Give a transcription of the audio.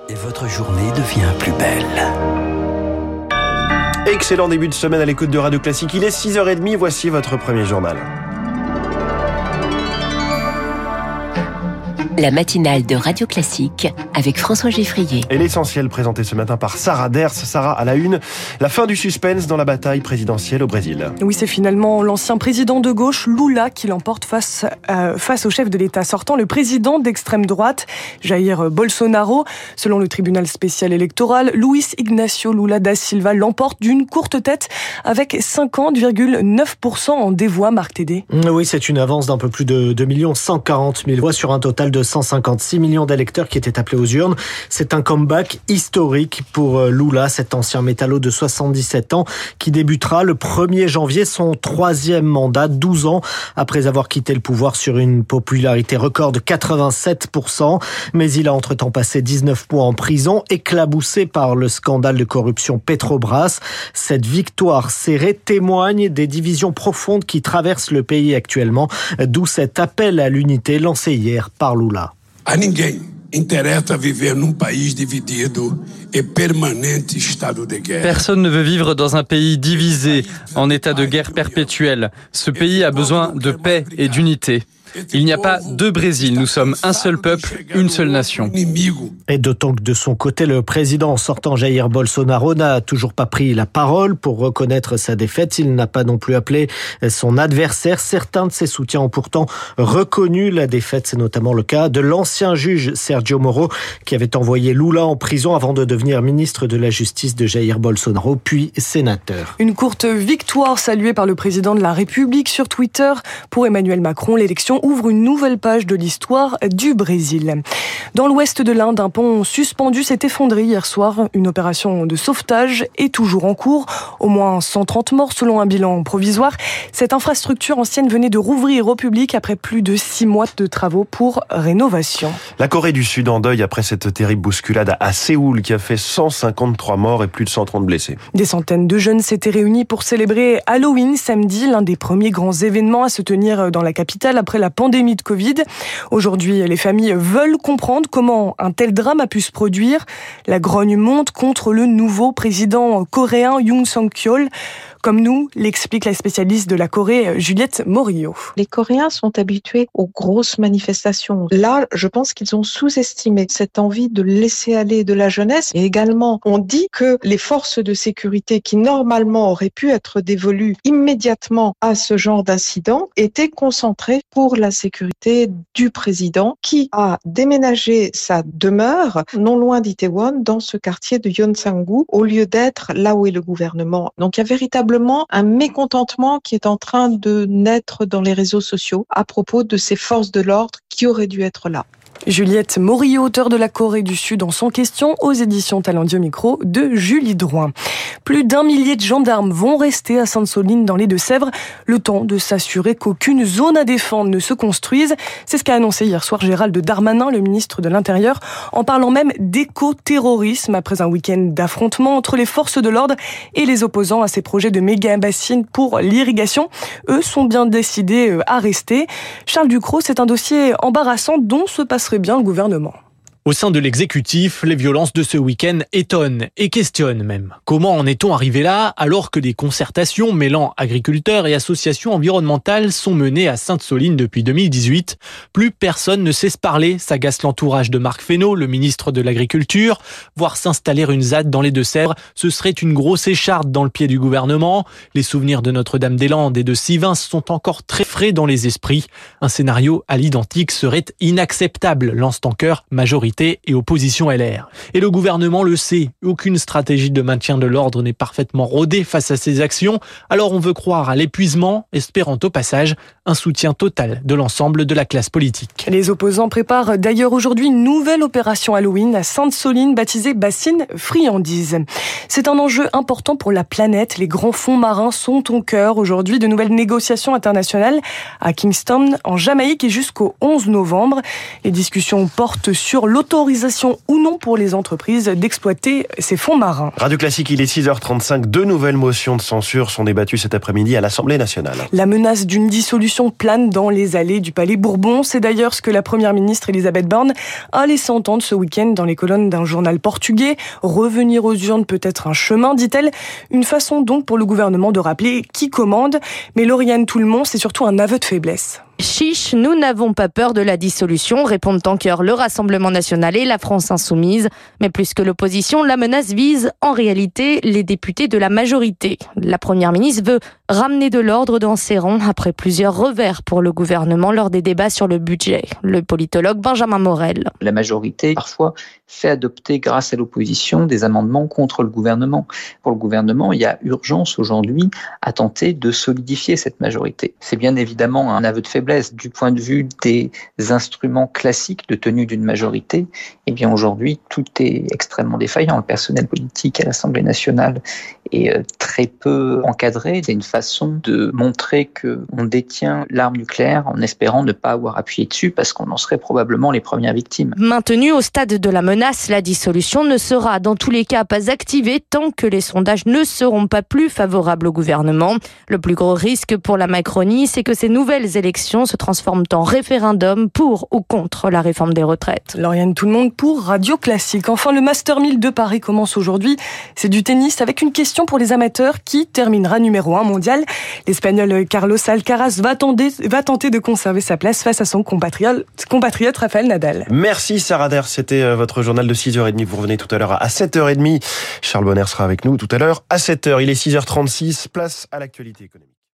Et votre journée devient plus belle. Excellent début de semaine à l'écoute de Radio Classique. Il est 6h30, voici votre premier journal. La matinale de Radio Classique avec François Geffrier. Et l'essentiel présenté ce matin par Sarah Ders. Sarah, à la une, la fin du suspense dans la bataille présidentielle au Brésil. Oui, c'est finalement l'ancien président de gauche, Lula, qui l'emporte face au chef de l'État sortant, le président d'extrême droite, Jair Bolsonaro. Selon le tribunal spécial électoral, Luiz Ignacio Lula da Silva l'emporte d'une courte tête avec 50,9% en dévoix, Marc Tédé. Oui, c'est une avance d'un peu plus de 2 140 000 voix sur un total de 156 millions d'électeurs qui étaient appelés aux urnes. C'est un comeback historique pour Lula, cet ancien métallo de 77 ans qui débutera le 1er janvier son 3e mandat, 12 ans après avoir quitté le pouvoir sur une popularité record de 87%. Mais il a entre-temps passé 19 mois en prison, éclaboussé par le scandale de corruption Petrobras. Cette victoire serrée témoigne des divisions profondes qui traversent le pays actuellement, d'où cet appel à l'unité lancé hier par Lula. A ninguém interessa viver num país dividido et permanente estado de guerre. Personne ne veut vivre dans un pays divisé, en état de guerre perpétuelle. Ce pays a besoin de paix et d'unité. Il n'y a pas deux Brésil, nous sommes un seul peuple, une seule nation. Et d'autant que de son côté, le président sortant Jair Bolsonaro n'a toujours pas pris la parole pour reconnaître sa défaite. Il n'a pas non plus appelé son adversaire. Certains de ses soutiens ont pourtant reconnu la défaite. C'est notamment le cas de l'ancien juge Sergio Moro qui avait envoyé Lula en prison avant de devenir ministre de la Justice de Jair Bolsonaro, puis sénateur. Une courte victoire saluée par le président de la République sur Twitter. Pour Emmanuel Macron, l'élection ouvre une nouvelle page de l'histoire du Brésil. Dans l'ouest de l'Inde, un pont suspendu s'est effondré hier soir. Une opération de sauvetage est toujours en cours. Au moins 130 morts selon un bilan provisoire. Cette infrastructure ancienne venait de rouvrir au public après plus de 6 mois de travaux pour rénovation. La Corée du Sud en deuil après cette terrible bousculade à Séoul qui a fait 153 morts et plus de 130 blessés. Des centaines de jeunes s'étaient réunis pour célébrer Halloween samedi, l'un des premiers grands événements à se tenir dans la capitale après la pandémie de Covid. Aujourd'hui, les familles veulent comprendre comment un tel drame a pu se produire. La grogne monte contre le nouveau président coréen Yoon Suk-yeol. Comme nous, l'explique la spécialiste de la Corée, Juliette Morillo. Les Coréens sont habitués aux grosses manifestations. Là, je pense qu'ils ont sous-estimé cette envie de laisser aller de la jeunesse. Et également, on dit que les forces de sécurité qui normalement auraient pu être dévolues immédiatement à ce genre d'incident étaient concentrées pour la sécurité du président qui a déménagé sa demeure non loin d'Itaewon dans ce quartier de Yeonsangu au lieu d'être là où est le gouvernement. Donc il y a véritablement un mécontentement qui est en train de naître dans les réseaux sociaux à propos de ces forces de l'ordre qui auraient dû être là. Juliette Morillo, auteure de la Corée du Sud en son question aux éditions Talendier au micro de Julie Drouin. Plus d'1 millier de gendarmes vont rester à Sainte-Soline dans les Deux-Sèvres, le temps de s'assurer qu'aucune zone à défendre ne se construise. C'est ce qu'a annoncé hier soir Gérald Darmanin, le ministre de l'Intérieur, en parlant même d'éco-terrorisme après un week-end d'affrontements entre les forces de l'ordre et les opposants à ces projets de méga-bassines pour l'irrigation. Eux sont bien décidés à rester. Charles Ducrot, c'est un dossier embarrassant dont se passerait bien le gouvernement. Au sein de l'exécutif, les violences de ce week-end étonnent et questionnent même. Comment en est-on arrivé là alors que des concertations mêlant agriculteurs et associations environnementales sont menées à Sainte-Soline depuis 2018 ? Plus personne ne sait se parler, s'agace l'entourage de Marc Fesneau, le ministre de l'Agriculture. Voir s'installer une ZAD dans les Deux-Sèvres, ce serait une grosse écharde dans le pied du gouvernement. Les souvenirs de Notre-Dame-des-Landes et de Sivins sont encore très frais dans les esprits. Un scénario à l'identique serait inacceptable, lance en chœur majorité et opposition LR. Et le gouvernement le sait, aucune stratégie de maintien de l'ordre n'est parfaitement rodée face à ces actions, alors on veut croire à l'épuisement, espérant au passage un soutien total de l'ensemble de la classe politique. Les opposants préparent d'ailleurs aujourd'hui une nouvelle opération Halloween à Sainte-Soline, baptisée Bassine Friandise. C'est un enjeu important pour la planète, les grands fonds marins sont au cœur aujourd'hui de nouvelles négociations internationales à Kingston, en Jamaïque et jusqu'au 11 novembre. Les discussions portent sur l'autorisation ou non pour les entreprises d'exploiter ces fonds marins. Radio Classique, il est 6h35. 2 nouvelles motions de censure sont débattues cet après-midi à l'Assemblée nationale. La menace d'une dissolution tensions planent dans les allées du Palais Bourbon. C'est d'ailleurs ce que la première ministre Elisabeth Borne a laissé entendre ce week-end dans les colonnes d'un journal portugais. Revenir aux urnes peut être un chemin, dit-elle. Une façon donc pour le gouvernement de rappeler qui commande. Mais Lauriane Toulmont, c'est surtout un aveu de faiblesse. Chiche, nous n'avons pas peur de la dissolution, répondent en chœur le Rassemblement national et la France insoumise. Mais plus que l'opposition, la menace vise en réalité les députés de la majorité. La première ministre veut ramener de l'ordre dans ses rangs après plusieurs revers pour le gouvernement lors des débats sur le budget. Le politologue Benjamin Morel. La majorité, parfois, fait adopter grâce à l'opposition des amendements contre le gouvernement. Pour le gouvernement, il y a urgence aujourd'hui à tenter de solidifier cette majorité. C'est bien évidemment un aveu de faiblesse. Du point de vue des instruments classiques de tenue d'une majorité, eh bien aujourd'hui, tout est extrêmement défaillant. Le personnel politique à l'Assemblée nationale est très peu encadré. C'est une façon de montrer qu'on détient l'arme nucléaire en espérant ne pas avoir appuyé dessus parce qu'on en serait probablement les premières victimes. Maintenue au stade de la menace, la dissolution ne sera dans tous les cas pas activée tant que les sondages ne seront pas plus favorables au gouvernement. Le plus gros risque pour la Macronie, c'est que ces nouvelles élections se transforment en référendum pour ou contre la réforme des retraites. Lauriane Toulmont pour Radio Classique. Enfin, le Master 1000 de Paris commence aujourd'hui. C'est du tennis avec une question pour les amateurs. Qui terminera numéro 1 mondial? L'Espagnol Carlos Alcaraz va tenter de conserver sa place face à son compatriote Rafael Nadal. Merci Sarah Ders, c'était votre journal de 6h30. Vous revenez tout à l'heure à 7h30. Charles Bonner sera avec nous tout à l'heure à 7h. Il est 6h36, place à l'actualité économique.